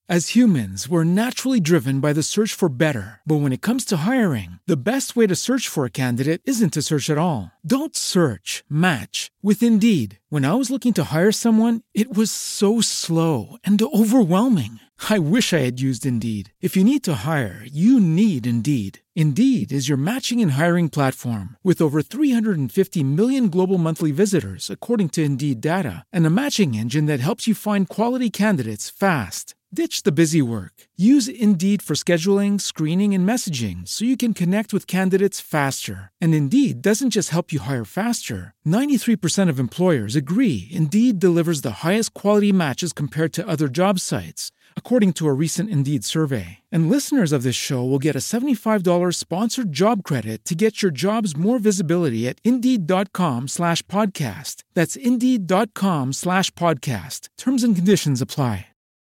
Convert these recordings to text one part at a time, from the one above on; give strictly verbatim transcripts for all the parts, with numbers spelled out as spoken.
As humans, we're naturally driven by the search for better. But when it comes to hiring, the best way to search for a candidate isn't to search at all. Don't search, match with Indeed. When I was looking to hire someone, it was so slow and overwhelming. I wish I had used Indeed. If you need to hire, you need Indeed. Indeed is your matching and hiring platform with over three hundred fifty million global monthly visitors, according to Indeed data, and a matching engine that helps you find quality candidates fast. Ditch the busy work. Use Indeed for scheduling, screening, and messaging so you can connect with candidates faster. And Indeed doesn't just help you hire faster. ninety-three percent of employers agree Indeed delivers the highest quality matches compared to other job sites, according to a recent Indeed survey. And listeners of this show will get a seventy-five dollars sponsored job credit to get your jobs more visibility at Indeed.com slash podcast. That's Indeed.com slash podcast. Terms and conditions apply.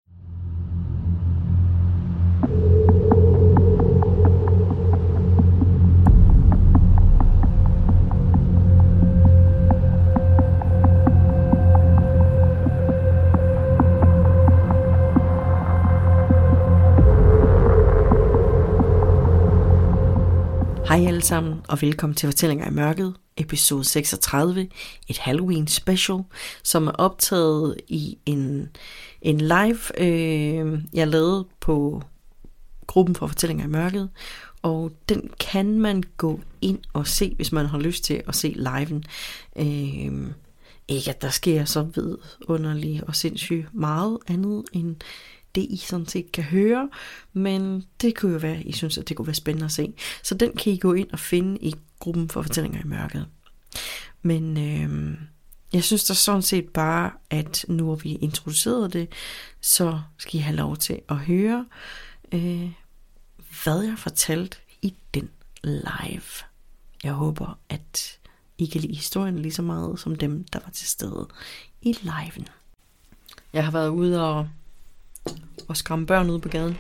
Hej alle sammen, og velkommen til Fortællinger i Mørket, episode seksogtredive, et Halloween special, som er optaget i en, en live, øh, jeg lavede på gruppen for Fortællinger i Mørket, og den kan man gå ind og se, hvis man har lyst til at se liven. Øh, ikke at der sker så vidunderligt og sindssygt meget andet end det I sådan set kan høre, men det kunne jo være, I synes, at det kunne være spændende at se. Så den kan I gå ind og finde i gruppen for Fortællinger i Mørket. Men øh, jeg synes da sådan set bare, at nu har vi introduceret det, så skal I have lov til at høre, øh, hvad jeg fortalte i den live. Jeg håber, at I kan lide historien lige så meget som dem, der var til stede i liven. Jeg har været ude og og skræmme børn ude på gaden.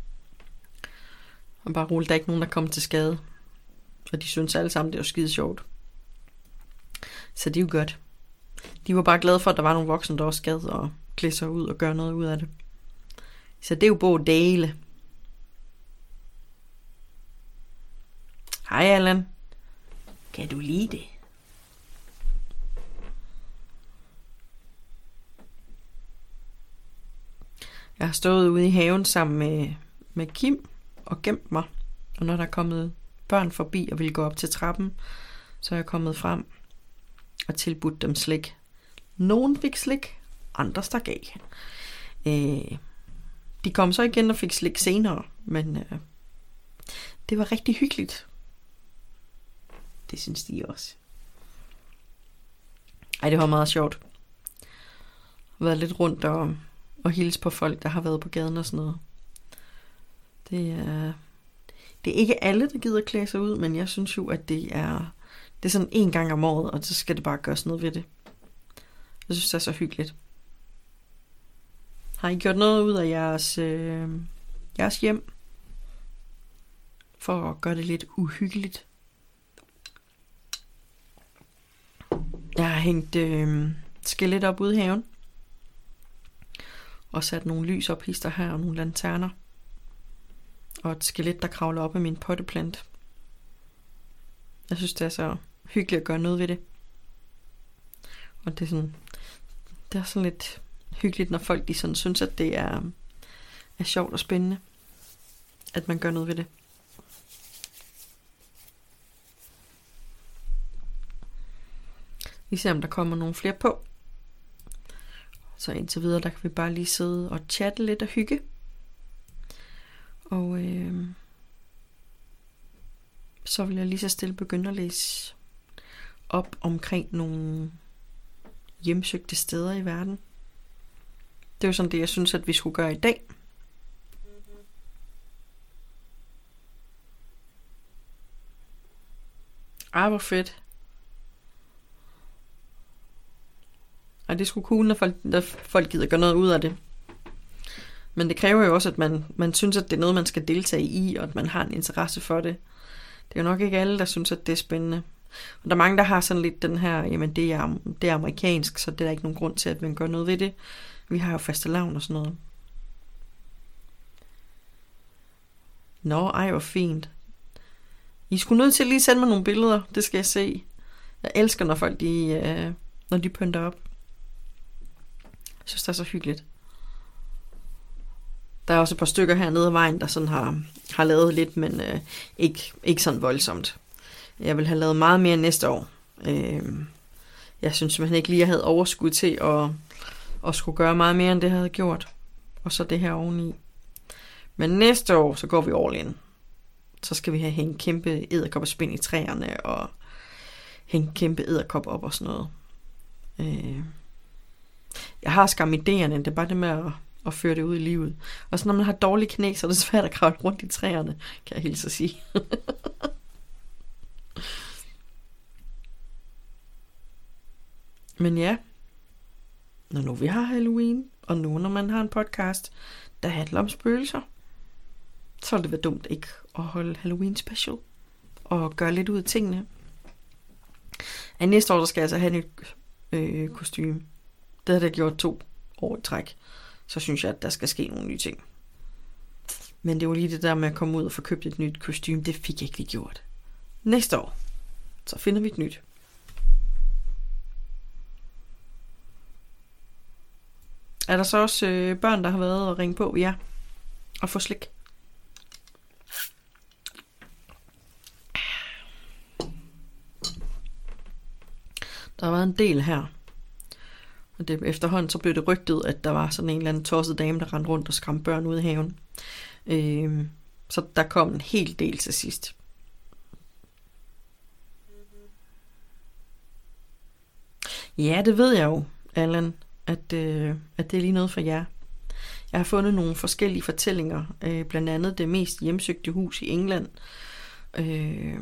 Og bare roligt, der er ikke nogen, der kommer til skade. Og de synes alle sammen, det var skide sjovt. Så det er jo godt. De var bare glade for, at der var nogle voksne, der også gad og klæde sig ud og gøre noget ud af det. Så det er jo både dele. Hej Allan. Kan du lide det? Jeg har stået ude i haven sammen med, med Kim og gemt mig. Og når der er kommet børn forbi og ville gå op til trappen, så er jeg kommet frem og tilbudt dem slik. Nogen fik slik, andre stak af. Øh, de kom så igen og fik slik senere, men øh, det var rigtig hyggeligt. Det synes de også. Ej, det var meget sjovt. Jeg har været lidt rundt og... og hilse på folk, der har været på gaden og sådan noget. Det er, det er ikke alle, der gider klæde sig ud, men jeg synes jo, at det er, det er sådan en gang om året, og så skal det bare gøres noget ved det. Jeg synes, det er så hyggeligt. Har I gjort noget ud af jeres, øh, jeres hjem? For at gøre det lidt uhyggeligt. Jeg har hængt øh, skelet op ude i haven. Og sat nogle lys op hister her og nogle lanterner. Og et skelet, der kravler op af min potteplant. Jeg synes, det er så hyggeligt at gøre noget ved det. Og det er sådan, det er sådan lidt hyggeligt, når folk de sådan synes, at det er, er sjovt og spændende. At man gør noget ved det. Vi ser, om der kommer nogle flere på. Så indtil videre, der kan vi bare lige sidde og chatte lidt og hygge. Og øh, så vil jeg lige så stille begynde at læse op omkring nogle hjemsøgte steder i verden. Det er jo sådan det, jeg synes, at vi skulle gøre i dag. Ej, hvor fedt. Og det er sgu cool, når folk, når folk gider gøre noget ud af det. Men det kræver jo også, at man, man synes, at det er noget, man skal deltage i, og at man har en interesse for det. Det er jo nok ikke alle, der synes, at det er spændende. Og der er mange, der har sådan lidt den her, jamen det er, det er amerikansk, så det er der ikke nogen grund til, at man gør noget ved det. Vi har jo fastelavn og sådan noget. Nå, ej, hvor fint. I skulle nødt til at lige sende mig nogle billeder. Det skal jeg se. Jeg elsker, når folk de, øh, når de pynter op. Jeg synes, det er så hyggeligt. Der er også et par stykker hernede ad vejen, der sådan har, har lavet lidt, men øh, ikke, ikke sådan voldsomt. Jeg vil have lavet meget mere næste år. Øh, jeg synes simpelthen ikke lige, jeg havde overskud til at, at skulle gøre meget mere, end det jeg havde gjort. Og så det her oveni. Men næste år, så går vi all in. Så skal vi have hængt kæmpe edderkopperspind i træerne, og hængt kæmpe edderkop op og sådan noget. Øh, jeg har skam idéerne, det er bare det med at, at føre det ud i livet. Og så når man har dårlige knæ, så er det svært at kravle rundt i træerne, kan jeg hilse at sige. Men ja, når nu vi har Halloween, og nu når man har en podcast, der handler om spøgelser, så ville det være dumt ikke at holde Halloween special, og gøre lidt ud af tingene. Og næste år, der skal jeg altså have et øh, kostume. Det har jeg gjort to år i træk. Så synes jeg, at der skal ske nogle nye ting. Men det var lige det der med at komme ud og få købt et nyt kostume. Det fik jeg ikke lige gjort. Næste år, så finder vi et nyt. Er der så også øh, børn, der har været og ringe på? Ja. Og få slik. Der har været en del her. Og det, efterhånden så blev det rygtet, at der var sådan en eller anden tosset dame, der rendte rundt og skræmte børn ud i haven. Øh, så der kom en hel del til sidst. Ja, det ved jeg jo, Allan, at, øh, at det er lige noget for jer. Jeg har fundet nogle forskellige fortællinger, øh, blandt andet det mest hjemsøgte hus i England, øh,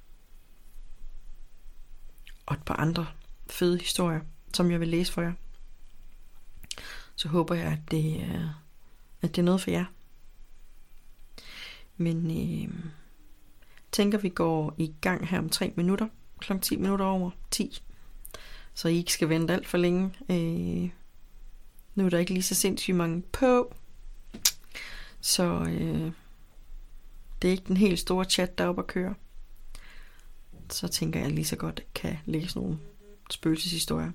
og et par andre fede historier, som jeg vil læse for jer. Så håber jeg, at det, øh, at det er noget for jer. Men øh, tænker, vi går i gang her om tre minutter, klokken ti minutter over ti. Så I ikke skal vente alt for længe. Øh, nu er der ikke lige så sindssygt mange på. Så øh, det er ikke den helt store chat, der er oppe at køre. Så tænker jeg lige så godt kan læse nogle spøgelseshistorier.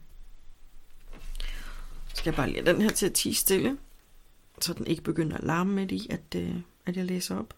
Så skal jeg bare lige have den her til at tie stille, så den ikke begynder at larme midt i, at, øh, at jeg læser op.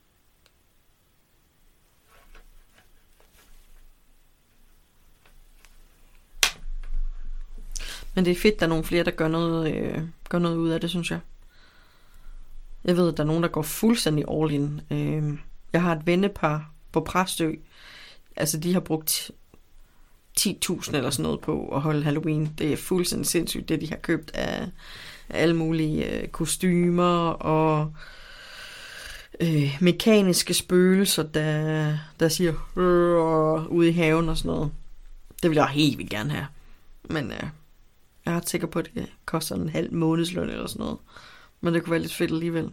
Men det er fedt, der er nogle flere, der gør noget, øh, gør noget ud af det, synes jeg. Jeg ved, at der er nogen, der går fuldstændig all in. Øh, jeg har et vennepar på Præstø. Altså, de har brugt ti tusind eller sådan noget på at holde Halloween. Det er fuldstændig sindssygt, det de har købt af, af alle mulige øh, kostymer og øh, mekaniske spøgelser, der, der siger øh, ude i haven og sådan noget. Det vil jeg helt vildt gerne have. Men øh, jeg er ret sikker på, at det koster en halv månedsløn eller sådan noget. Men det kunne være lidt fedt alligevel.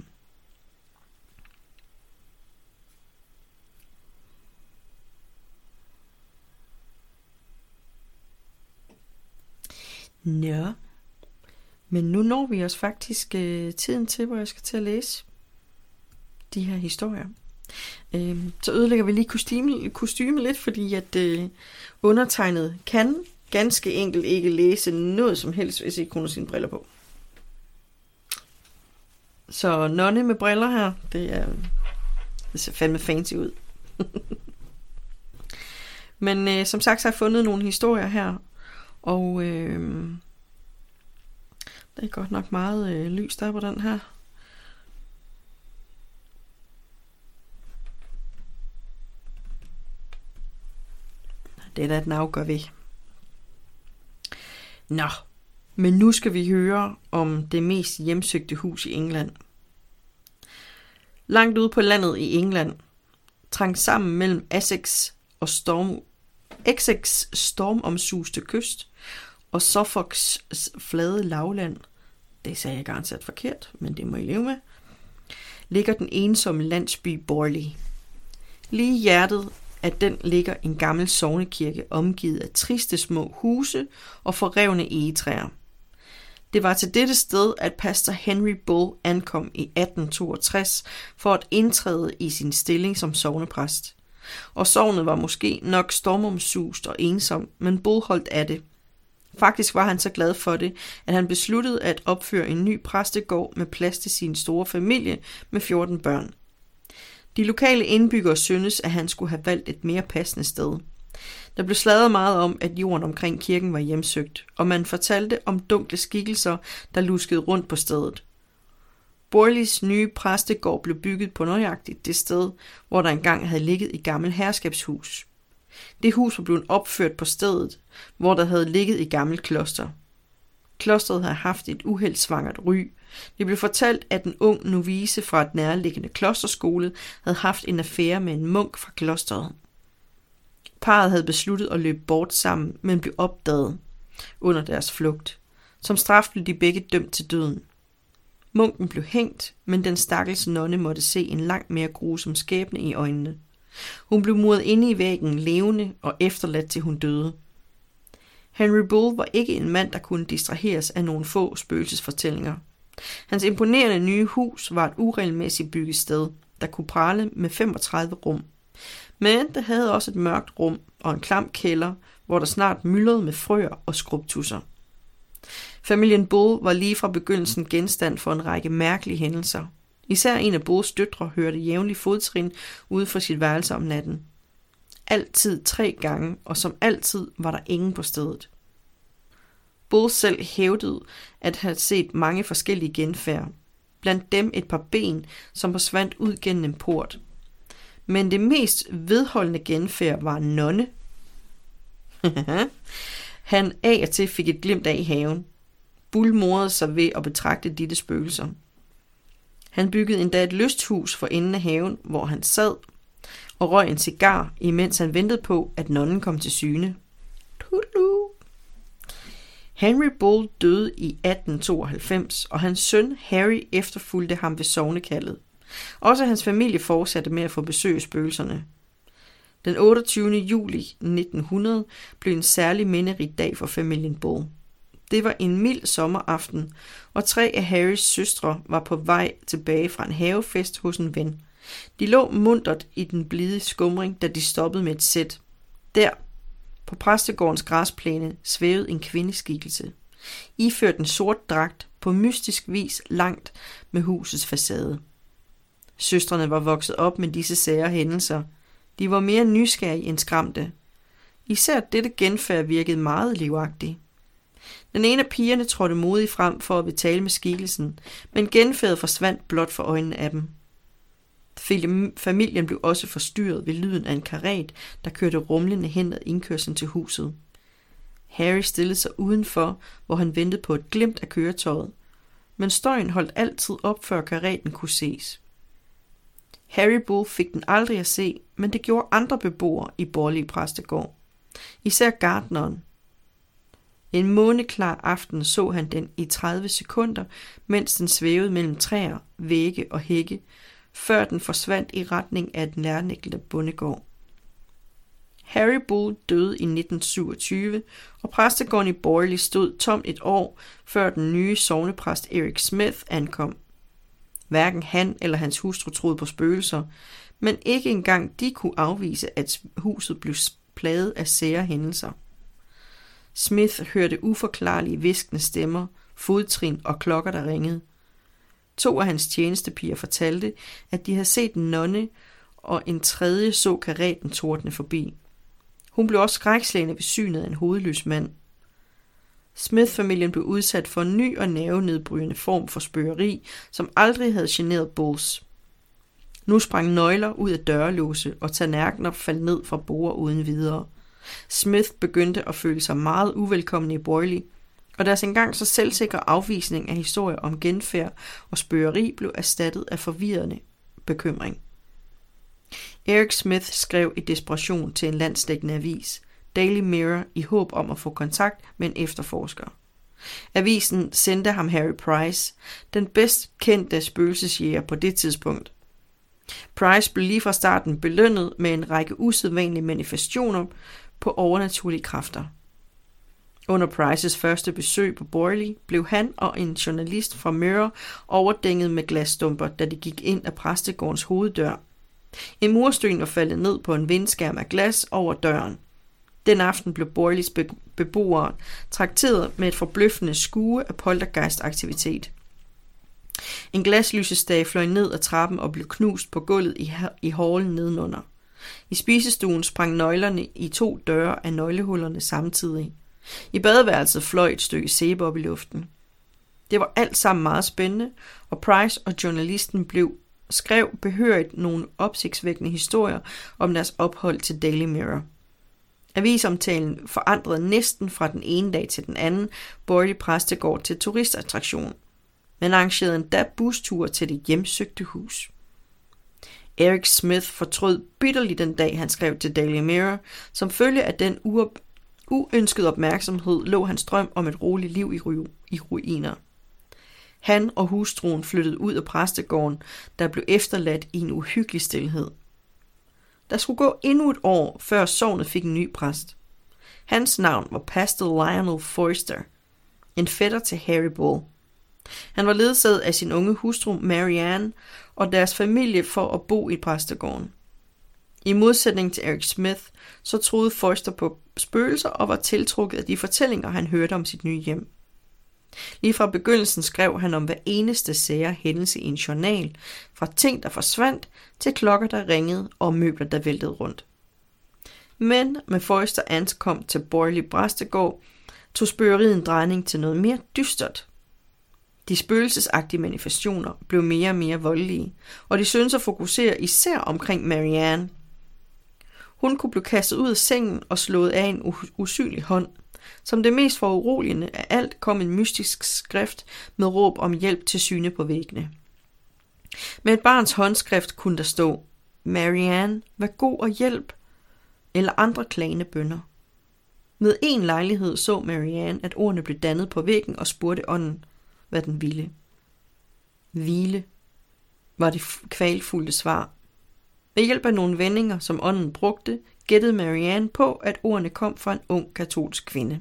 Nå. Men nu når vi os faktisk øh, tiden til, hvor jeg skal til at læse de her historier. Øh, så ødelægger vi lige kostyme, kostyme lidt, fordi at øh, undertegnet kan ganske enkelt ikke læse noget som helst, hvis ikke hun har sine briller på. Så nonne med briller her, det, er, det ser fandme fancy ud. Men øh, som sagt, så har jeg fundet nogle historier her, og øh, der er godt nok meget øh, lys der på den her. Det er da et navgør ved. Nå, men nu skal vi høre om det mest hjemsøgte hus i England. Langt ude på landet i England, trængt sammen mellem Essex og Storm, Essex stormomsuste kyst og Suffolks flade lavland, det sagde jeg garanteret forkert, men det må I leve med, ligger den ensomme landsby Borley. Lige i hjertet af den ligger en gammel sognekirke omgivet af triste små huse og forrevne egetræer. Det var til dette sted, at pastor Henry Bull ankom i atten toogtres for at indtræde i sin stilling som sognepræst. Og sognet var måske nok stormomsust og ensom, men Bull holdt af det. Faktisk var han så glad for det, at han besluttede at opføre en ny præstegård med plads til sin store familie med fjorten børn. De lokale indbyggere syntes, at han skulle have valgt et mere passende sted. Der blev sladret meget om, at jorden omkring kirken var hjemsøgt, og man fortalte om dunkle skikkelser, der luskede rundt på stedet. Borleys nye præstegård blev bygget på nøjagtigt det sted, hvor der engang havde ligget et gammelt herskabshus. Det hus var blevet opført på stedet, hvor der havde ligget et gammelt kloster. Klosteret havde haft et uheldsvangert ry. Det blev fortalt, at en ung novice fra et nærliggende klosterskole havde haft en affære med en munk fra klosteret. Parret havde besluttet at løbe bort sammen, men blev opdaget under deres flugt. Som straf blev de begge dømt til døden. Munken blev hængt, men den stakkels nonne måtte se en langt mere grusom skæbne i øjnene. Hun blev muret inde i væggen levende og efterladt til hun døde. Henry Bull var ikke en mand, der kunne distraheres af nogle få spøgelsesfortællinger. Hans imponerende nye hus var et uregelmæssigt bygget sted, der kunne prale med femogtredive rum. Men det havde også et mørkt rum og en klam kælder, hvor der snart myldrede med frøer og skrubtusser. Familien Bull var lige fra begyndelsen genstand for en række mærkelige hændelser. Især en af Bulls døtre hørte jævnligt fodtrin ude for sit værelse om natten. Altid tre gange, og som altid var der ingen på stedet. Bull selv hævdede at have set mange forskellige genfærd. Blandt dem et par ben, som forsvandt ud gennem en port. Men det mest vedholdende genfærd var en nonne. Han af og til fik et glimt af i haven. Bull morede sig ved at betragte disse spøgelser. Han byggede endda et lysthus for enden af haven, hvor han sad og røg en cigar, imens han ventede på, at nonnen kom til syne. Tudelu. Henry Bull døde i atten tooghalvfems, og hans søn Harry efterfulgte ham ved sognekaldet. Også hans familie fortsatte med at få besøg af spøgelserne. Den otteogtyvende juli nitten hundrede blev en særlig minderig dag for familien Bull. Det var en mild sommeraften, og tre af Harrys søstre var på vej tilbage fra en havefest hos en ven. De lå muntert i den blide skumring, da de stoppede med et sæt. Der, på præstegårdens græsplæne, svævede en kvindeskikkelse. Iført en sort dragt, på mystisk vis langt med husets facade. Søstrene var vokset op med disse sære hændelser. De var mere nysgerrige end skræmte. Især dette genfærd virkede meget livagtigt. Den ene af pigerne trådte modigt frem for at vil tale med skikkelsen, men genfærdet forsvandt blot for øjnene af dem. Familien blev også forstyrret ved lyden af en karet, der kørte rumlende hen ad indkørslen til huset. Harry stillede sig udenfor, hvor han ventede på et glimt af køretøjet, men støjen holdt altid op, før kareten kunne ses. Harry Bull fik den aldrig at se, men det gjorde andre beboere i Borley præstegård. Især gartneren. En måneklar aften så han den i tredive sekunder, mens den svævede mellem træer, vægge og hække, før den forsvandt i retning af den nærliggende bondegård. Harry Bull døde i nitten syvogtyve, og præstegården i Borley stod tomt et år, før den nye sognepræst Eric Smith ankom. Hverken han eller hans hustru troede på spøgelser, men ikke engang de kunne afvise, at huset blev plaget af sære hændelser. Smith hørte uforklarlige hviskende stemmer, fodtrin og klokker, der ringede. To af hans tjenestepiger fortalte, at de havde set en nonne, og en tredje så kareten tordne forbi. Hun blev også skrækslagen ved synet af en hovedløs mand. Smith-familien blev udsat for en ny og nervenedbrydende form for spøgeri, som aldrig havde generet Bulls. Nu sprang nøgler ud af dørlåse, og tallerkener faldt ned fra borde uden videre. Smith begyndte at føle sig meget uvelkommen i Borley, og deres engang så selvsikre afvisning af historier om genfærd og spøgeri blev erstattet af forvirrende bekymring. Eric Smith skrev i desperation til en landsdækkende avis, Daily Mirror, i håb om at få kontakt med en efterforsker. Avisen sendte ham Harry Price, den bedst kendte spøgelsesjæger på det tidspunkt. Price blev lige fra starten belønnet med en række usædvanlige manifestationer på overnaturlige kræfter. Under Prices første besøg på Borley blev han og en journalist fra Mirror overdænget med glasstumper, da de gik ind af præstegårdens hoveddør. En mursten var faldet ned på en vindskærm af glas over døren. Den aften blev Borleys be- beboere trakteret med et forbløffende skue af poltergeist-aktivitet. En glaslysestage fløj ned ad trappen og blev knust på gulvet i, ha- i hallen nedenunder. I spisestuen sprang nøglerne i to døre af nøglehullerne samtidig. I badeværelset fløj et stykke sæbe op i luften. Det var alt sammen meget spændende, og Price og journalisten blev skrev behørigt nogle opsigtsvækkende historier om deres ophold til Daily Mirror. Avisomtalen forandrede næsten fra den ene dag til den anden Borley præstegård til turistattraktion, men arrangerede endda busture til det hjemsøgte hus. Eric Smith fortrød bitterligt den dag, han skrev til Daily Mirror. Som følge af den uop- uønskede opmærksomhed lå hans drøm om et roligt liv i, ru- i ruiner. Han og hustruen flyttede ud af præstegården, der blev efterladt i en uhyggelig stilhed. Der skulle gå endnu et år, før sognet fik en ny præst. Hans navn var pastor Lionel Foyster, en fætter til Harry Bull. Han var ledsaget af sin unge hustru Marianne og deres familie for at bo i præstegården. I modsætning til Eric Smith, så troede Foyster på spøgelser og var tiltrukket af de fortællinger, han hørte om sit nye hjem. Lige fra begyndelsen skrev han om hver eneste sære hændelse i en journal, fra ting, der forsvandt, til klokker, der ringede og møbler, der væltede rundt. Men med Foyster ankom til Borley præstegård, tog spøgeriet en drejning til noget mere dystert. De spøgelsesagtige manifestationer blev mere og mere voldelige, og de syntes at fokusere især omkring Marianne. Hun kunne blive kastet ud af sengen og slået af en usynlig hånd. Som det mest foruroligende af alt kom en mystisk skrift med råb om hjælp til syne på væggene. Med et barns håndskrift kunne der stå: Marianne, vær god og hjælp, eller andre klagende bønner. Med en lejlighed så Marianne, at ordene blev dannet på væggen og spurgte ånden, hvad den ville. Hvile var det kvalfulde svar. Ved hjælp af nogle vendinger, som ånden brugte, gættede Marianne på, at ordene kom fra en ung katolsk kvinde.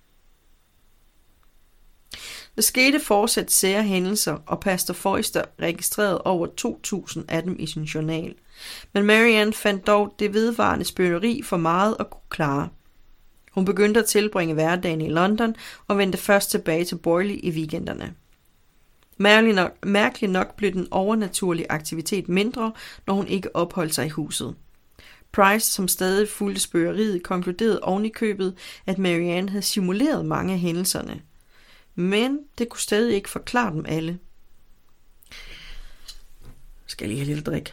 Der skete fortsat sære hændelser, og pastor Foyster registrerede over to tusind af dem i sin journal. Men Marianne fandt dog det vedvarende spøgeri for meget at kunne klare. Hun begyndte at tilbringe hverdagen i London og vendte først tilbage til Borley i weekenderne. Mærkeligt nok, mærkeligt nok blev den overnaturlige aktivitet mindre, når hun ikke opholdt sig i huset. Price, som stadig fulgte spøgeriet, konkluderede oven i købet, at Marianne havde simuleret mange af hændelserne. Men det kunne stadig ikke forklare dem alle. Skal jeg lige have lidt drik?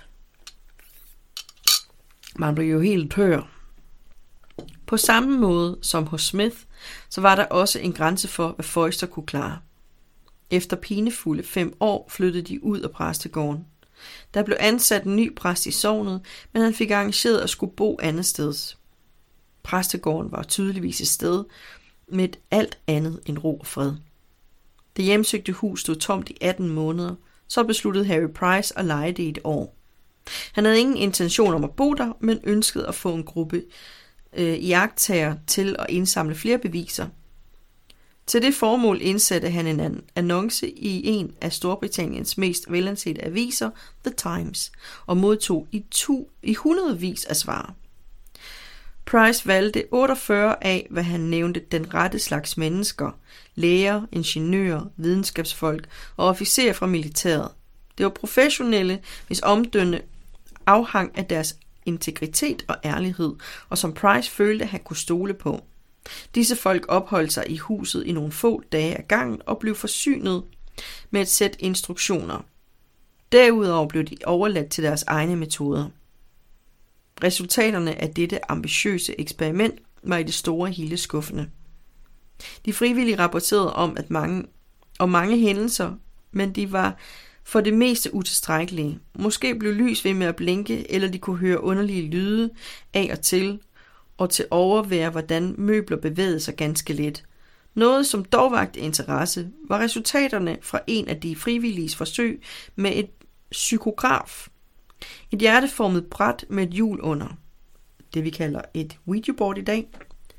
Man blev jo helt tør. På samme måde som hos Smith, så var der også en grænse for, hvad Foyster kunne klare. Efter pinefulde fem år flyttede de ud af præstegården. Der blev ansat en ny præst i sognet, men han fik arrangeret at skulle bo andet steds. Præstegården var tydeligvis et sted med et alt andet end ro og fred. Det hjemsøgte hus stod tomt i atten måneder, så besluttede Harry Price at leje det i et år. Han havde ingen intention om at bo der, men ønskede at få en gruppe øh, iagttagere til at indsamle flere beviser. Til det formål indsatte han en annonce i en af Storbritanniens mest velansete aviser, The Times, og modtog i, tu, i hundredvis af svar. Price valgte otteogfyrre af, hvad han nævnte den rette slags mennesker: læger, ingeniører, videnskabsfolk og officerer fra militæret. Det var professionelle, hvis omdømme afhang af deres integritet og ærlighed, og som Price følte, han kunne stole på. Disse folk opholdt sig i huset i nogle få dage ad gangen og blev forsynet med et sæt instruktioner. Derudover blev de overladt til deres egne metoder. Resultaterne af dette ambitiøse eksperiment var i det store hele skuffende. De frivillige rapporterede om, at mange, om mange hændelser, men de var for det meste utilstrækkelige. Måske blev lys ved med at blinke, eller de kunne høre underlige lyde af og til, og til overvære, hvordan møbler bevægede sig ganske let. Noget, som dog vagte interesse, var resultaterne fra en af de frivilliges forsøg med et psykograf. Et hjerteformet bræt med et hjul under. Det vi kalder et Ouija board i dag.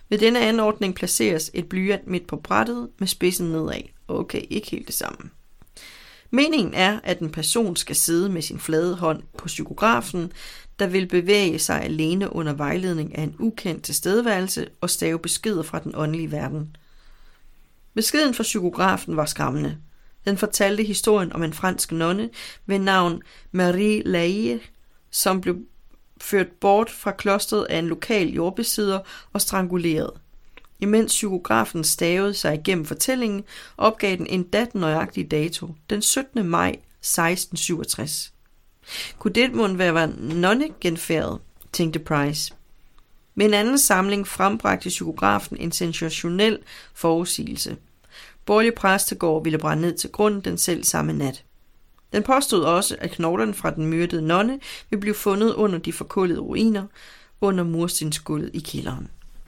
Ved denne anordning placeres et blyant midt på brættet med spidsen nedad. Okay, ikke helt det samme. Meningen er, at en person skal sidde med sin flade hånd på psykografen, der vil bevæge sig alene under vejledning af en ukendt tilstedeværelse og stave beskeder fra den åndelige verden. Beskeden fra psykografen var skræmmende. Den fortalte historien om en fransk nonne ved navn Marie Laïe, som blev ført bort fra klostret af en lokal jordbesidder og stranguleret. Imens psykografen stavede sig igennem fortællingen, opgav den endda den nøjagtige dato, den syttende maj seksten syvogtres. Kunne det mon være nonnegenfærdet, tænkte Price. Med en anden samling frembragte psykografen en sensationel forudsigelse. Borgerlig præstegård ville brænde ned til grunden den selv samme nat. Den påstod også, at knoglerne fra den myrdede nonne ville blive fundet under de forkullede ruiner under murstensgulvet i kælderen.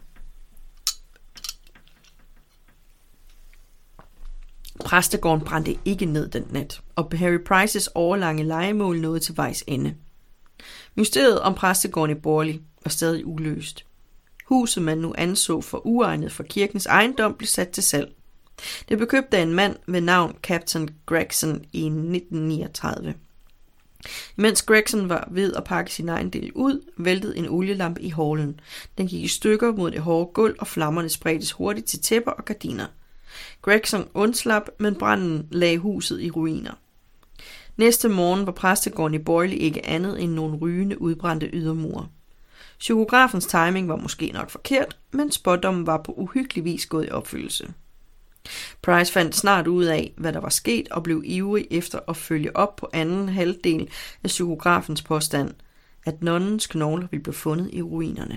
Præstegården brændte ikke ned den nat, og Harry Prices årelange lejemål nåede til vejs ende. Mysteriet om præstegården i Borley var stadig uløst. Huset, man nu anså for uegnet for kirkens ejendom, blev sat til salg. Det blev købt af en mand ved navn Captain Gregson i nitten niogtredive. Mens Gregson var ved at pakke sin egen del ud, væltede en olielampe i hallen. Den gik i stykker mod det hårde gulv, og flammerne spredtes hurtigt til tæpper og gardiner. Gregson undslap, men branden lagde huset i ruiner. Næste morgen var præstegården i Borley ikke andet end nogle rygende udbrændte ydermure. Psykografens timing var måske nok forkert, men spådommen var på uhyggelig vis gået i opfyldelse. Price fandt snart ud af, hvad der var sket, og blev ivrig efter at følge op på anden halvdel af psykografens påstand, at nonnens knogler ville blive fundet i ruinerne.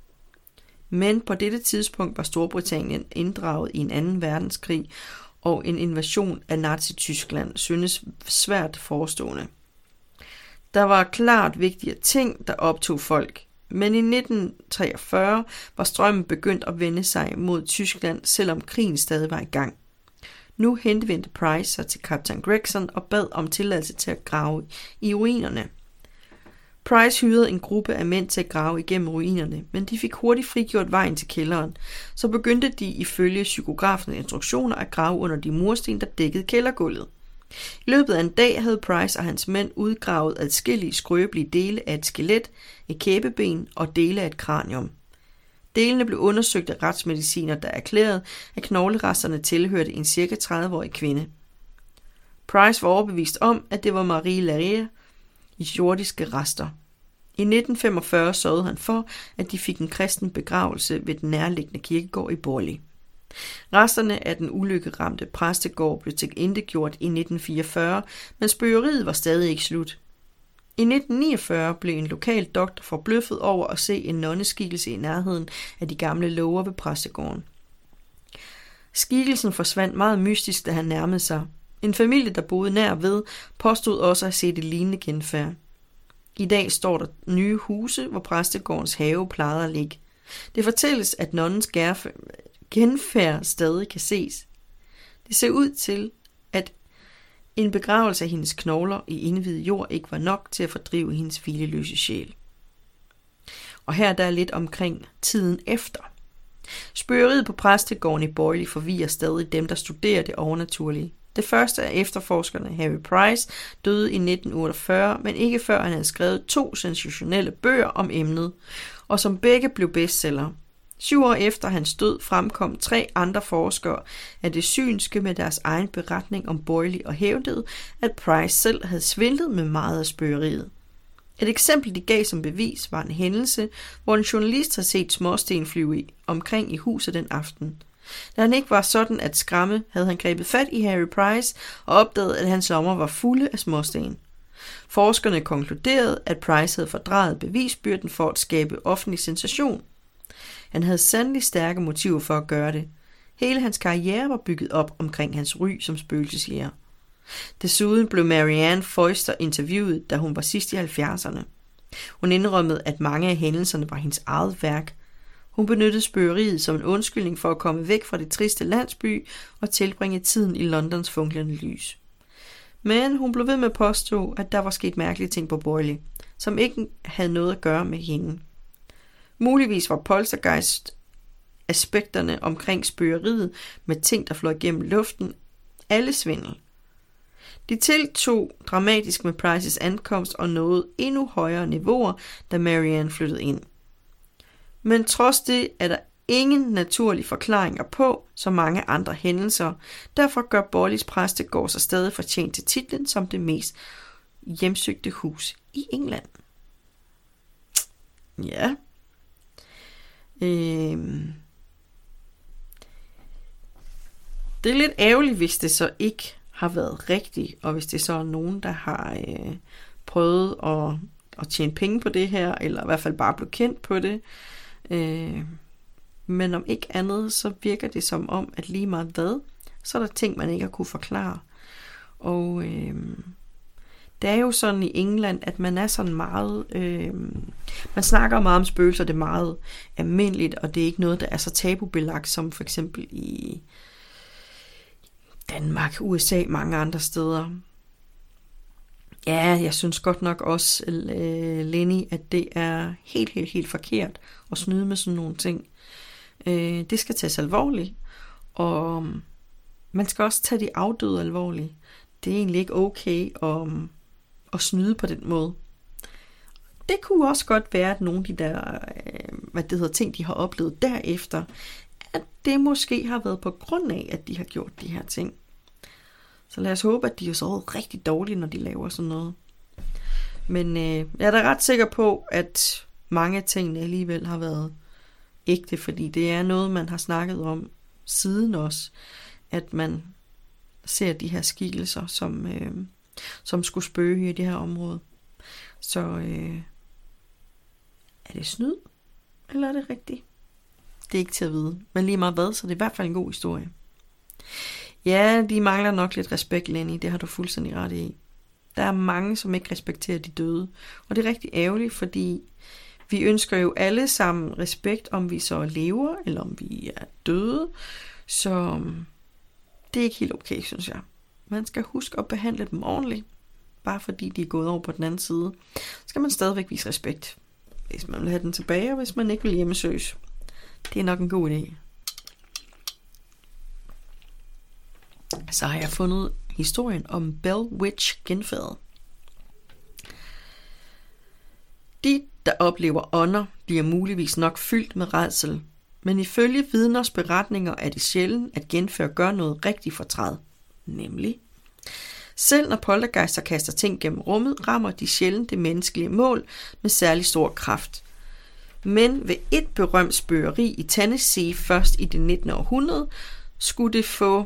Men på dette tidspunkt var Storbritannien inddraget i en anden verdenskrig, og en invasion af Nazi-Tyskland synes svært forestående. Der var klart vigtigere ting, der optog folk, men i nitten treogfyrre var strømmen begyndt at vende sig mod Tyskland, selvom krigen stadig var i gang. Nu henvendte Price sig til kaptajn Gregson og bad om tilladelse til at grave i ruinerne. Price hyrede en gruppe af mænd til at grave igennem ruinerne, men de fik hurtigt frigjort vejen til kælderen, så begyndte de ifølge psykografens instruktioner at grave under de mursten, der dækkede kældergulvet. I løbet af en dag havde Price og hans mænd udgravet adskillige skrøbelige dele af et skelet, et kæbeben og dele af et kranium. Delene blev undersøgt af retsmediciner, der erklærede, at knogleresterne tilhørte en cirka tredive-årig kvinde. Price var overbevist om, at det var Marie Laïe i jordiske rester. I nitten femogfyrre sørgede han for, at de fik en kristen begravelse ved den nærliggende kirkegård i Borley. Resterne af den ulykkeramte præstegård blev tilintetgjort i nitten fireogfyrre, men spøgeriet var stadig ikke slut. I nitten niogfyrre blev en lokal doktor forbløffet over at se en nonneskikkelse i nærheden af de gamle låger ved præstegården. Skikkelsen forsvandt meget mystisk, da han nærmede sig. En familie, der boede nær ved, påstod også at se det lignende genfærd. I dag står der nye huse, hvor præstegårdens have plejede at ligge. Det fortælles, at nonnens genfærd stadig kan ses. Det ser ud til, at en begravelse af hendes knogler i indviet jord ikke var nok til at fordrive hendes hvileløse sjæl. Og her der er lidt omkring tiden efter. Spøgeriet på præstegården i Borley forvirrer stadig dem, der studerer det overnaturlige. Det første af efterforskerne, Harry Price, døde i nitten otteogfyrre, men ikke før han havde skrevet to sensationelle bøger om emnet, og som begge blev bestseller. Syv år efter hans død fremkom tre andre forskere af det synske med deres egen beretning om Borley og hævdede, at Price selv havde svindlet med meget af spøgeriet. Et eksempel, de gav som bevis, var en hændelse, hvor en journalist havde set småsten flyve i, omkring i huset den aften. Da han ikke var sådan at skræmme, havde han grebet fat i Harry Price og opdaget, at hans lommer var fulde af småsten. Forskerne konkluderede, at Price havde fordrejet bevisbyrden for at skabe offentlig sensation. Han havde sandelig stærke motiver for at gøre det. Hele hans karriere var bygget op omkring hans ry som spøgelsesjæger. Desuden blev Marianne Foster interviewet, da hun var sidst i halvfjerdserne. Hun indrømmede, at mange af hændelserne var hendes eget værk. Hun benyttede spøgeriet som en undskyldning for at komme væk fra det triste landsby og tilbringe tiden i Londons funklende lys. Men hun blev ved med at påstå, at der var sket mærkelige ting på Borley, som ikke havde noget at gøre med hende. Muligvis var poltergeist aspekterne omkring spøgeriet med ting, der fløj gennem luften, alle svindel. De tiltog dramatisk med Prices ankomst og nåede endnu højere niveauer, da Marianne flyttede ind. Men trods det er der ingen naturlige forklaringer på så mange andre hændelser. Derfor gør Borleys præstegård sig stadig fortjent til titlen som det mest hjemsøgte hus i England. Ja. Øhm. Det er lidt ærgerligt, hvis det så ikke har været rigtigt, og hvis det så er nogen, der har øh, prøvet at, at tjene penge på det her, eller i hvert fald bare blive kendt på det. Øh. Men om ikke andet, så virker det som om, at lige meget hvad, så er der ting, man ikke har kunne forklare. Og øh, det er jo sådan i England, at man er sådan meget, øh, man snakker meget om spøgelser, det er meget almindeligt, og det er ikke noget, der er så tabubelagt, som for eksempel i Danmark, U S A, mange andre steder. Ja, jeg synes godt nok også, øh, Lenny, at det er helt, helt, helt forkert at snyde med sådan nogle ting. Øh, det skal tages alvorligt, og man skal også tage de afdøde alvorligt. Det er egentlig ikke okay at, at snyde på den måde. Det kunne også godt være, at nogle af de der øh, hvad det hedder, ting, de har oplevet derefter, at det måske har været på grund af, at de har gjort de her ting. Så lad os håbe, at de har sovet rigtig dårligt, når de laver sådan noget. Men øh, jeg er da ret sikker på, at mange af tingene alligevel har været ægte, fordi det er noget, man har snakket om siden også, at man ser de her skikkelser, som, øh, som skulle spøge i det her område. Så øh, er det snyd, eller er det rigtigt? Det er ikke til at vide, men lige meget hvad, så det er i hvert fald en god historie. Ja, de mangler nok lidt respekt, Lenny, det har du fuldstændig ret i. Der er mange, som ikke respekterer de døde, og det er rigtig ærgerligt, fordi vi ønsker jo alle sammen respekt, om vi så lever, eller om vi er døde. Så det er ikke helt okay, synes jeg. Man skal huske at behandle dem ordentligt. Bare fordi de er gået over på den anden side, skal man stadigvæk vise respekt. Hvis man vil have den tilbage, og hvis man ikke vil hjemmesøges. Det er nok en god idé. Så har jeg fundet historien om Bell Witch genfærdet. De, der oplever ånder, bliver muligvis nok fyldt med rædsel, men ifølge vidners beretninger er det sjældent, at genfærd gør noget rigtig fortræd. Nemlig, selv når poltergeister kaster ting gennem rummet, rammer de sjældent det menneskelige mål med særlig stor kraft. Men ved et berømt spøgeri i Tennessee først i det nittende århundrede, skulle det få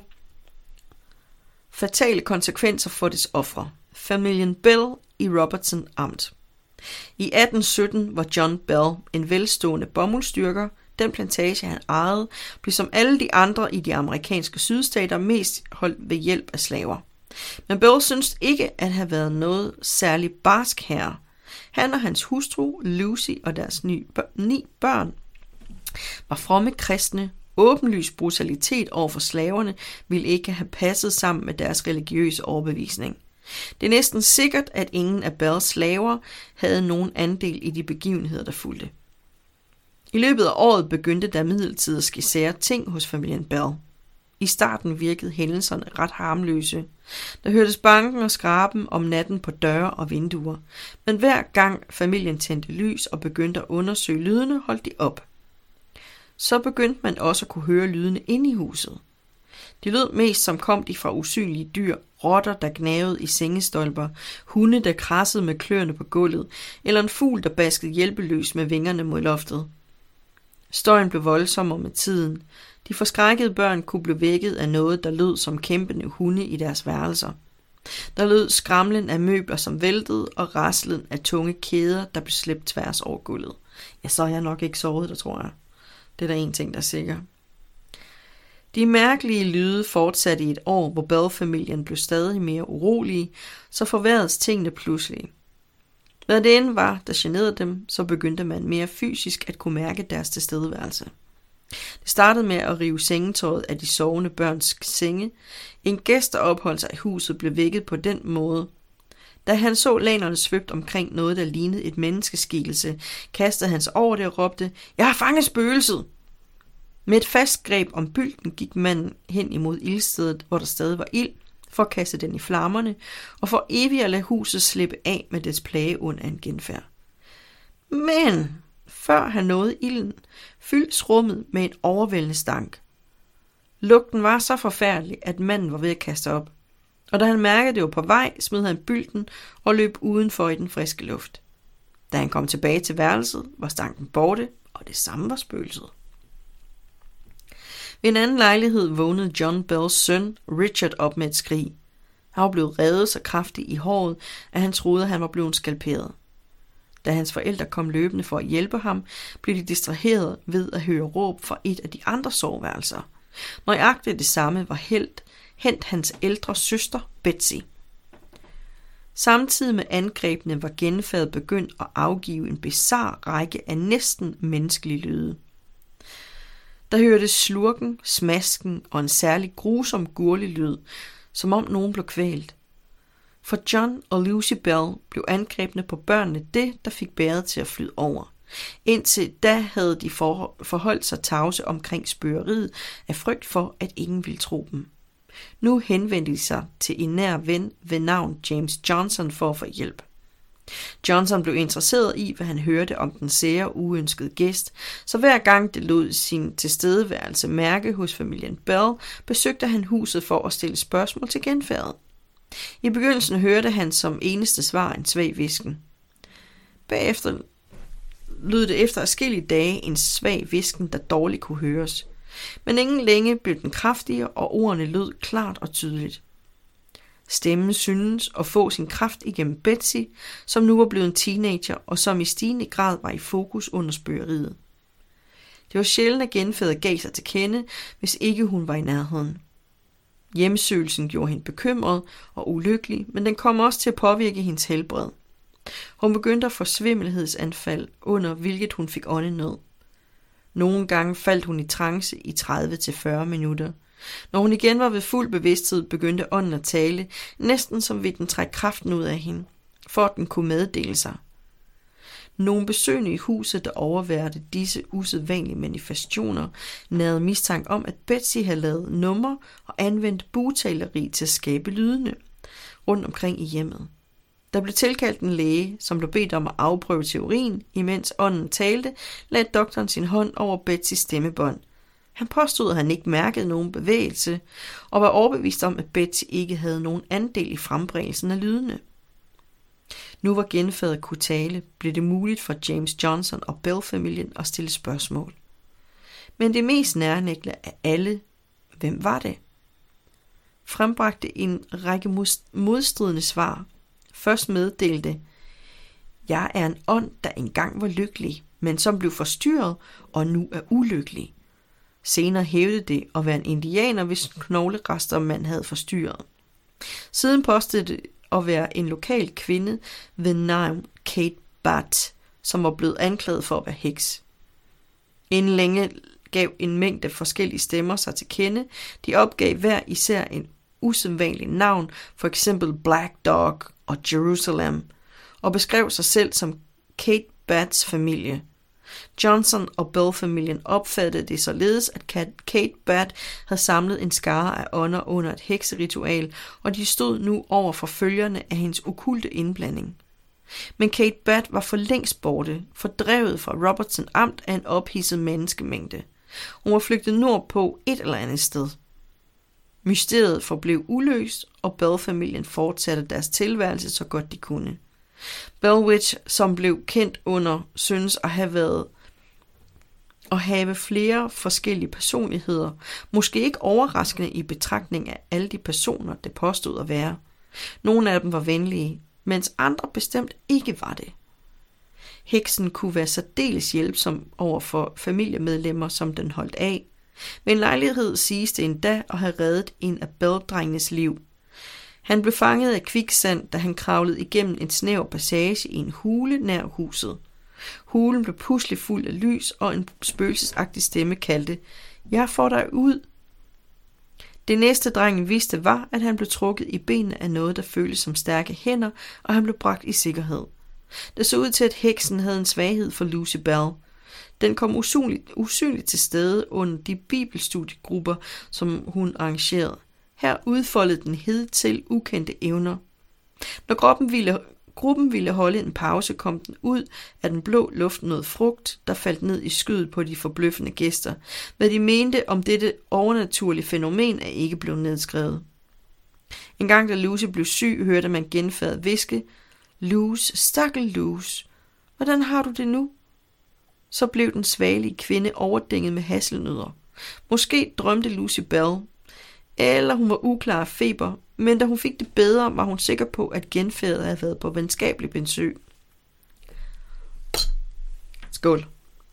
fatale konsekvenser for dets ofre. Familien Bell i Robertson Amt. I atten sytten var John Bell en velstående bomuldsdyrker. Den plantage, han ejede, blev som alle de andre i de amerikanske sydstater mest holdt ved hjælp af slaver. Men Bell syntes ikke at have været noget særligt barsk herre. Han og hans hustru, Lucy, og deres ni børn var fromme kristne. Åbenlys brutalitet over for slaverne ville ikke have passet sammen med deres religiøse overbevisning. Det er næsten sikkert, at ingen af Bells slaver havde nogen andel i de begivenheder, der fulgte. I løbet af året begyndte der midlertidigt at ske sære ting hos familien Bell. I starten virkede hændelserne ret harmløse. Der hørtes banken og skraben om natten på døre og vinduer, men hver gang familien tændte lys og begyndte at undersøge lydene, holdt de op. Så begyndte man også at kunne høre lydene inde i huset. De lød mest som kom de fra usynlige dyr, rotter, der gnavede i sengestolper, hunde, der krassede med kløerne på gulvet, eller en fugl, der baskede hjælpeløs med vingerne mod loftet. Støjen blev voldsommere med tiden. De forskrækkede børn kunne blive vækket af noget, der lød som kæmpende hunde i deres værelser. Der lød skramlen af møbler, som væltede, og raslen af tunge kæder, der blev slæbt tværs over gulvet. Ja, så har jeg nok ikke sovet der, tror jeg. Det er der en ting, der er sikker. De mærkelige lyde fortsatte i et år, hvor Bell-familien blev stadig mere urolige, så forværredes tingene pludselig. Hvad det end var, der generede dem, så begyndte man mere fysisk at kunne mærke deres tilstedeværelse. Det startede med at rive sengetøjet af de sovende børns senge. En gæst, der opholdt sig i huset, blev vækket på den måde. Da han så lanerne svøbt omkring noget, der lignede et menneskeskikkelse, kastede han sig over det og råbte, "Jeg har fanget spøgelset!" Med et fast greb om bylden gik manden hen imod ildstedet, hvor der stadig var ild, for at kaste den i flammerne, og for evigt at lade huset slippe af med dets plage under en genfærd. Men før han nåede ilden, fyldes rummet med en overvældende stank. Lugten var så forfærdelig, at manden var ved at kaste op, og da han mærkede, det var på vej, smed han bylden og løb udenfor i den friske luft. Da han kom tilbage til værelset, var stanken borte, og det samme var spøgelset. Ved en anden lejlighed vågnede John Bells søn, Richard, op med et skrig. Han var blevet revet så kraftigt i håret, at han troede, at han var blevet skalperet. Da hans forældre kom løbende for at hjælpe ham, blev de distraheret ved at høre råb fra et af de andre soveværelser. Nøjagtigt det samme var helt, hent hans ældre søster, Betsy. Samtidig med angrebene var genfærdet begyndt at afgive en bizarre række af næsten menneskelige lyde. Der hørtes slurken, smasken og en særlig grusom gurlig lyd, som om nogen blev kvalt. For John og Lucy Bell blev angrebne på børnene det, der fik bæret til at flyde over. Indtil da havde de forholdt sig tavse omkring spøgeriet af frygt for, at ingen ville tro dem. Nu henvendte de sig til en nær ven ved navn James Johnson for at få hjælp. Johnson blev interesseret i, hvad han hørte om den sære uønskede gæst, så hver gang det lod sin tilstedeværelse mærke hos familien Bell, besøgte han huset for at stille spørgsmål til genfærdet. I begyndelsen hørte han som eneste svar en svag hvisken. Bagefter lød det efter adskillige dage en svag hvisken, der dårligt kunne høres. Men ingen længe blev den kraftigere, og ordene lød klart og tydeligt. Stemmen syntes at få sin kraft igennem Betsy, som nu var blevet en teenager, og som i stigende grad var i fokus under spøgeriet. Det var sjældent, at genfærdet gav sig til kende, hvis ikke hun var i nærheden. Hjemsøgelsen gjorde hende bekymret og ulykkelig, men den kom også til at påvirke hendes helbred. Hun begyndte at få svimmelhedsanfald, under hvilket hun fik åndenød. Nogle gange faldt hun i trance i tredive til fyrre minutter. Når hun igen var ved fuld bevidsthed, begyndte ånden at tale, næsten som ville den trække kraften ud af hende, for at den kunne meddele sig. Nogle besøgende i huset, der overværte disse usædvanlige manifestationer, nærede mistanke om, at Betsy havde lavet numre og anvendt bugtaleri til at skabe lydene rundt omkring i hjemmet. Der blev tilkaldt en læge, som blev bedt om at afprøve teorien, imens ånden talte, lagde doktoren sin hånd over Betsys stemmebånd. Han påstod, at han ikke mærkede nogen bevægelse, og var overbevist om, at Betsy ikke havde nogen andel i frembringelsen af lydene. Nu hvor genfærdet kunne tale, blev det muligt for James Johnson og Bell-familien at stille spørgsmål. Men det mest nærliggende af alle, hvem var det? Frembragte en række modstridende svar. Først meddelte, jeg er en ånd, der engang var lykkelig, men som blev forstyrret og nu er ulykkelig. Senere hævdede det at være en indianer, hvis knoglerester man havde forstyrret. Siden påstod det at være en lokal kvinde ved navn Kate Batt, som var blevet anklaget for at være heks. Inden længe gav en mængde forskellige stemmer sig til kende. De opgav hver især en usædvanlig navn, for eksempel Black Dog og Jerusalem, og beskrev sig selv som Kate Batts familie. Johnson og Bell-familien opfattede det således, at Kate Batt havde samlet en skare af ånder under et hekseritual, og de stod nu over for følgerne af hendes okkulte indblanding. Men Kate Batt var for længst borte, fordrevet fra Robertson amt af en ophidset menneskemængde. Hun var flygtet nordpå et eller andet sted. Mysteriet forblev uløst, og Bell-familien fortsatte deres tilværelse så godt de kunne. Bellwitch, som blev kendt under, synes at have været at have flere forskellige personligheder, måske ikke overraskende i betragtning af alle de personer, det påstod at være. Nogle af dem var venlige, mens andre bestemt ikke var det. Heksen kunne være særdeles hjælpsom over for familiemedlemmer, som den holdt af. Ved en lejlighed siges det endda at have reddet en af Bell-drengenes liv. Han blev fanget af kviksand, da han kravlede igennem en snæver passage i en hule nær huset. Hulen blev pludselig fuld af lys, og en spøgelsesagtig stemme kaldte, jeg får dig ud. Det næste drengen vidste var, at han blev trukket i benene af noget, der føltes som stærke hænder, og han blev bragt i sikkerhed. Det så ud til, at heksen havde en svaghed for Lucy Bell. Den kom usynligt, usynligt til stede under de bibelstudiegrupper, som hun arrangerede. Her udfoldede den hidtil ukendte evner. Når gruppen ville, gruppen ville holde en pause, kom den ud af den blå luft noget frugt, der faldt ned i skødet på de forbløffende gæster. Hvad de mente om dette overnaturlige fænomen er ikke blevet nedskrevet. En gang da Lucy blev syg, hørte man genfærdet hviske: "Luce, stakkel Luce, hvordan har du det nu?" Så blev den svagelige kvinde overdænget med hasselnødder. Måske drømte Lucy Bell, eller hun var uklar af feber, men da hun fik det bedre, var hun sikker på, at genfærdet havde været på venskabelig besøg. Skål.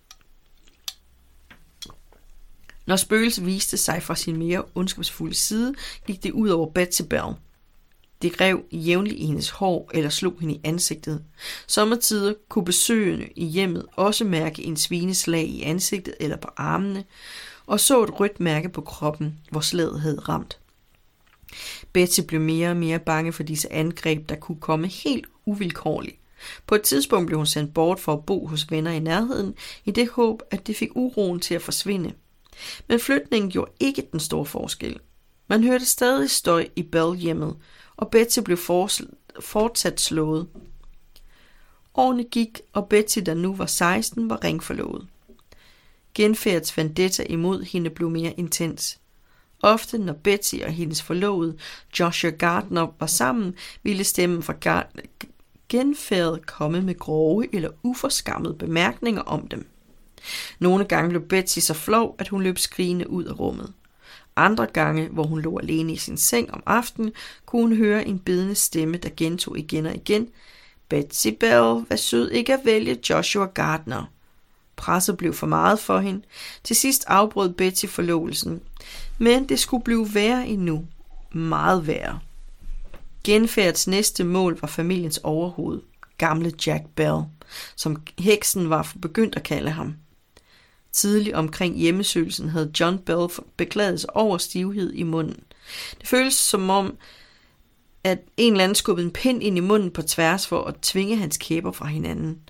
Når spøgelset viste sig fra sin mere ondskabsfulde side, gik det ud over Betsy Bell. Det rev jævnligt i hendes hår eller slog hende i ansigtet. Sommetider kunne besøgende i hjemmet også mærke en svineslag i ansigtet eller på armene, og så et rødt mærke på kroppen, hvor slaget havde ramt. Betsy blev mere og mere bange for disse angreb, der kunne komme helt uvilkårligt. På et tidspunkt blev hun sendt bort for at bo hos venner i nærheden, i det håb, at det fik uroen til at forsvinde. Men flytningen gjorde ikke den store forskel. Man hørte stadig støj i Bell-hjemmet, og Betsy blev fortsat slået. Årene gik, og Betsy, der nu var seksten, var ringforlovet. Genfærdets vendetta imod hende blev mere intens. Ofte, når Betsy og hendes forlovede, Joshua Gardner, var sammen, ville stemmen fra Gardner genfærdet komme med grove eller uforskammede bemærkninger om dem. Nogle gange blev Betsy så flov, at hun løb skrigende ud af rummet. Andre gange, hvor hun lå alene i sin seng om aftenen, kunne hun høre en bedende stemme, der gentog igen og igen: "Betsy Bell, vær sød ikke at vælge Joshua Gardner." Presset blev for meget for hende. Til sidst afbrød Betsy forlovelsen. Men det skulle blive værre endnu. Meget værre. Genfærdets næste mål var familiens overhoved, gamle Jack Bell, som heksen var begyndt at kalde ham. Tidligt omkring hjemmesøgelsen havde John Bell beklaget sig over stivhed i munden. Det føltes som om, at en eller anden skubbede en pind ind i munden på tværs for at tvinge hans kæber fra hinanden.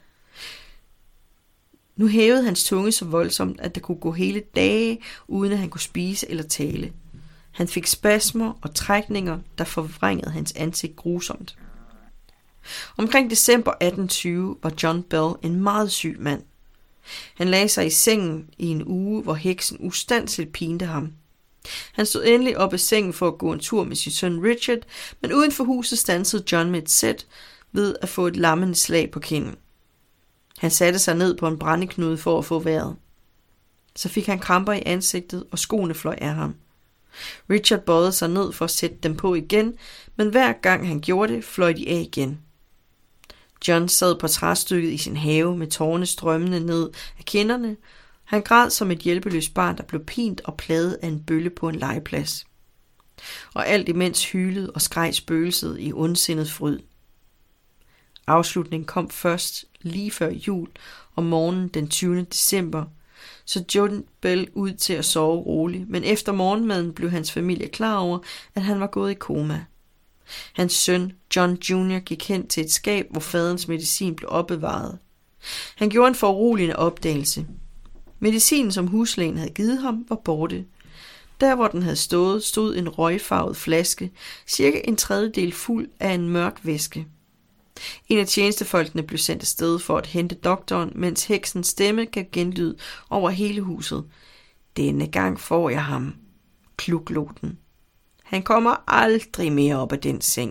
Nu hævede hans tunge så voldsomt, at der kunne gå hele dage, uden at han kunne spise eller tale. Han fik spasmer og trækninger, der forvrængede hans ansigt grusomt. Omkring december atten tyve var John Bell en meget syg mand. Han lagde sig i sengen i en uge, hvor heksen ustandsligt pinte ham. Han stod endelig op af sengen for at gå en tur med sin søn Richard, men uden for huset stansede John med et sæt ved at få et lammende slag på kinden. Han satte sig ned på en brændeknude for at få vejret. Så fik han kramper i ansigtet, og skoene fløj af ham. Richard bøjede sig ned for at sætte dem på igen, men hver gang han gjorde det, fløj de af igen. John sad på træstykket i sin have med tårerne strømmende ned af kinderne. Han græd som et hjælpeløst barn, der blev pint og plaget af en bølle på en legeplads. Og alt imens hylede og skreg spøgelset i ondsindet fryd. Afslutningen kom først lige før jul om morgenen den tyvende december, så John Bell ud til at sove roligt, men efter morgenmaden blev hans familie klar over, at han var gået i koma. Hans søn, John junior, gik hen til et skab, hvor faderens medicin blev opbevaret. Han gjorde en foruroligende opdagelse. Medicinen, som huslægen havde givet ham, var borte. Der, hvor den havde stået, stod en røgfarvet flaske, cirka en tredjedel fuld af en mørk væske. En af tjenestefolkene blev sendt afsted for at hente doktoren, mens heksens stemme gav genlyd over hele huset. "Denne gang får jeg ham," kluklod den. "Han kommer aldrig mere op af den seng."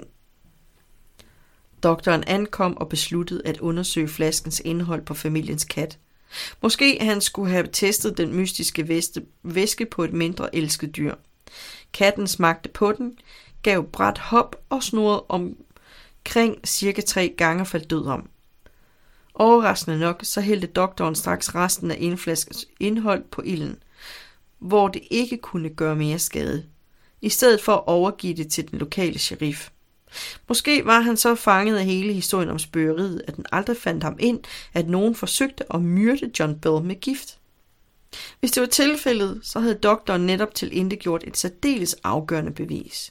Doktoren ankom og besluttede at undersøge flaskens indhold på familiens kat. Måske han skulle have testet den mystiske væske på et mindre elsket dyr. Katten smagte på den, gav brat hop og snurrede omkring cirka tre gange og faldt død om. Overraskende nok, så hældte doktoren straks resten af indflaskens indhold på ilden, hvor det ikke kunne gøre mere skade, i stedet for at overgive det til den lokale sheriff. Måske var han så fanget af hele historien om spøgeriet, at den aldrig fandt ham ind, at nogen forsøgte at myrde John Bell med gift. Hvis det var tilfældet, så havde doktoren netop tilintetgjort et særdeles afgørende bevis.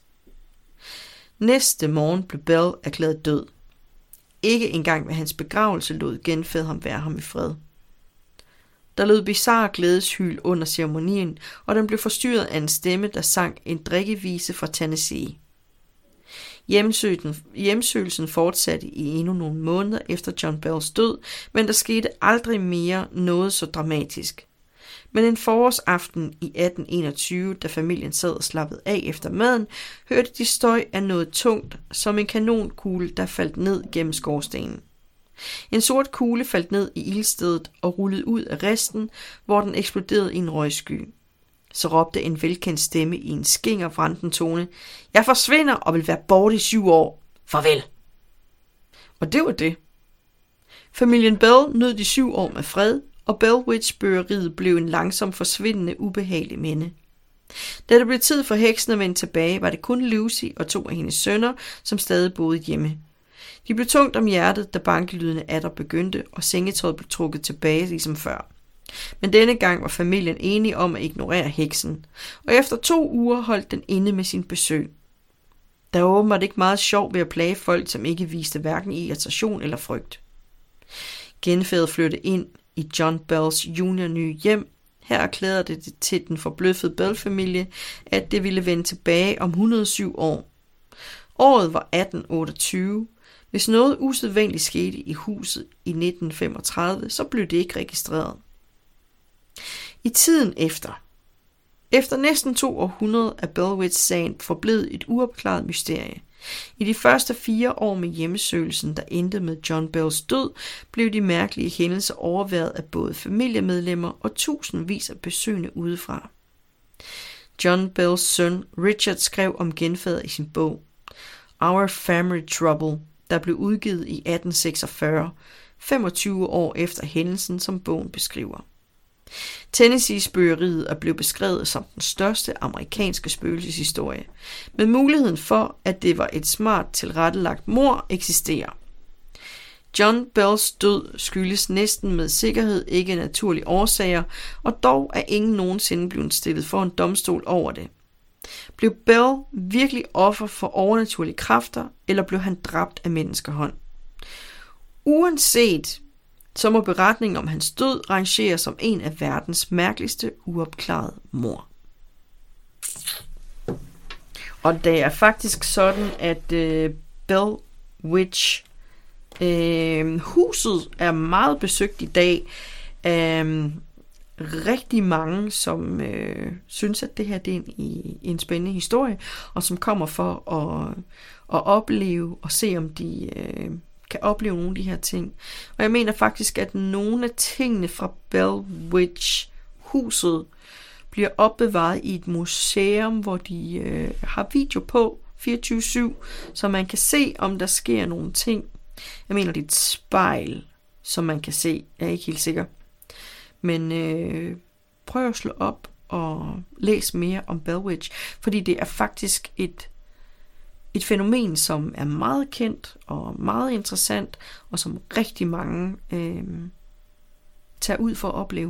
Næste morgen blev Bell erklæret død. Ikke engang ved hans begravelse lod genfædre ham være ham i fred. Der lød bizarre glædeshyl under ceremonien, og den blev forstyrret af en stemme, der sang en drikkevise fra Tennessee. Hjemsøgelsen fortsatte i endnu nogle måneder efter John Bells død, men der skete aldrig mere noget så dramatisk. Men en forårsaften i atten enogtyve, da familien sad og slappede af efter maden, hørte de støj af noget tungt, som en kanonkugle, der faldt ned gennem skorstenen. En sort kugle faldt ned i ildstedet og rullede ud af resten, hvor den eksploderede i en røgsky. Så råbte en velkendt stemme i en skingervranden tone: "Jeg forsvinder og vil være borte i syv år. Farvel." Og det var det. Familien Bell nød de syv år med fred, og Bellwitch-bøgeriet blev en langsom forsvindende ubehagelig minde. Da det blev tid for heksen at vende tilbage, var det kun Lucy og to af hendes sønner, som stadig boede hjemme. De blev tungt om hjertet, da bankelydene atter begyndte, og sengetøjet blev trukket tilbage ligesom før. Men denne gang var familien enige om at ignorere heksen, og efter to uger holdt den inde med sin besøg. Der var åbenbart ikke meget sjov ved at plage folk, som ikke viste hverken irritation eller frygt. Genfærdet flyttede ind i John Bells junior nye hjem. Her erklærede det til den forbløffede Bell-familie, at det ville vende tilbage om et hundrede og syv år. Året var atten otteogtyve. Hvis noget usædvanligt skete i huset i nitten femogtredive, så blev det ikke registreret. I tiden efter. Efter næsten to århundreder af Bellwitch-sagen forblev et uopklaret mysterie. I de første fire år med hjemsøgelsen, der endte med John Bells død, blev de mærkelige hændelser overværet af både familiemedlemmer og tusindvis af besøgende udefra. John Bells søn Richard skrev om genfærdet i sin bog Our Family Trouble, der blev udgivet i atten seksogfyrre, femogtyve år efter hændelsen, som bogen beskriver. Tennessee-spøgeriet er blevet beskrevet som den største amerikanske spøgelseshistorie, men muligheden for, at det var et smart tilrettelagt mord, eksisterer. John Bells død skyldes næsten med sikkerhed ikke naturlige årsager, og dog er ingen nogensinde blevet stillet for en domstol over det. Blev Bell virkelig offer for overnaturlige kræfter, eller blev han dræbt af menneskehånd? Uanset så må beretningen om hans død rangere som en af verdens mærkeligste uopklarede mord. Og det er faktisk sådan, at øh, Bellwitch øh, huset er meget besøgt i dag af øh, rigtig mange, som øh, synes, at det her det er en, en spændende historie, og som kommer for at, at opleve og se, om de øh, kan opleve nogle af de her ting. Og jeg mener faktisk, at nogle af tingene fra Bellwitch-huset bliver opbevaret i et museum, hvor de øh, har video på fireogtyve syv, så man kan se, om der sker nogle ting. Jeg mener, det er et spejl, som man kan se. Jeg er ikke helt sikker. Men øh, prøv at slå op og læs mere om Bellwitch, fordi det er faktisk et Et fænomen, som er meget kendt og meget interessant, og som rigtig mange øh, tager ud for at opleve.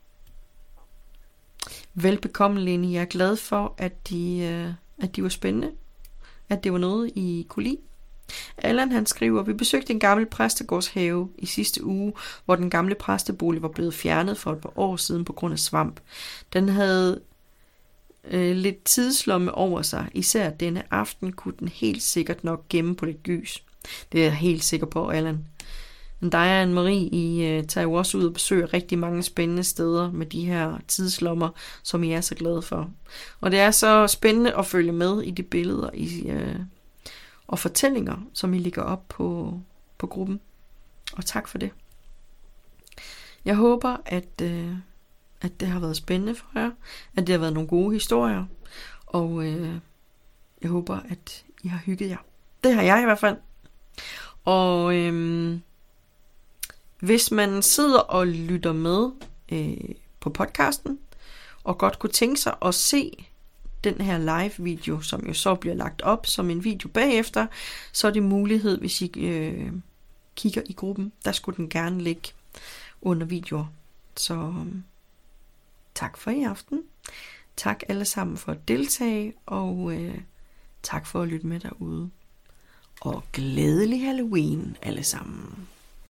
Velbekomme, Lene. Jeg er glad for, at de, øh, at de var spændende. At det var noget, I kunne lide. Allan han skriver, vi besøgte en gammel præstegårdshave i sidste uge, hvor den gamle præstebolig var blevet fjernet for et par år siden på grund af svamp. Den havde Øh, lidt tidslomme over sig. Især denne aften kunne den helt sikkert nok gemme på lidt gys. Det er jeg helt sikker på, Allan. Men dig og Anne-Marie, I øh, tager jo også ud og besøger rigtig mange spændende steder med de her tidslommer, som I er så glade for. Og det er så spændende at følge med i de billeder I, øh, og fortællinger, som I lægger op på, på gruppen. Og tak for det. Jeg håber, at øh, at det har været spændende for jer, at det har været nogle gode historier, og øh, jeg håber, at I har hygget jer. Det har jeg i hvert fald. Og øh, hvis man sidder og lytter med øh, på podcasten, og godt kunne tænke sig at se den her live-video, som jo så bliver lagt op som en video bagefter, så er det mulighed, hvis I øh, kigger i gruppen. Der skulle den gerne ligge under videoer. Så øh, tak for i aften. Tak alle sammen for at deltage, og øh, tak for at lytte med derude. Og glædelig Halloween alle sammen.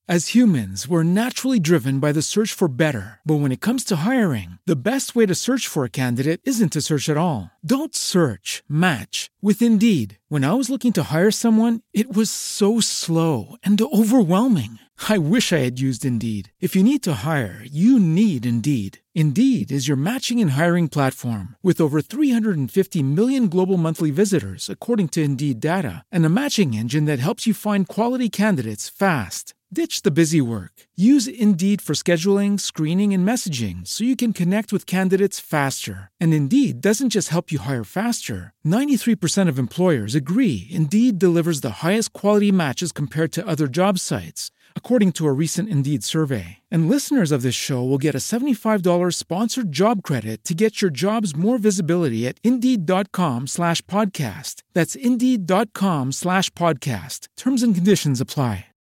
As humans, we're naturally driven by the search for better. But when it comes to hiring, the best way to search for a candidate isn't to search at all. Don't search, match with Indeed. When I was looking to hire someone, it was so slow and overwhelming. I wish I had used Indeed. If you need to hire, you need Indeed. Indeed is your matching and hiring platform with over three hundred fifty million global monthly visitors, according to Indeed data, and a matching engine that helps you find quality candidates fast. Ditch the busy work. Use Indeed for scheduling, screening, and messaging so you can connect with candidates faster. And Indeed doesn't just help you hire faster. ninety-three percent of employers agree Indeed delivers the highest quality matches compared to other job sites, according to a recent Indeed survey. And listeners of this show will get a seventy-five dollars sponsored job credit to get your jobs more visibility at Indeed.com slash podcast. That's Indeed.com slash podcast. Terms and conditions apply.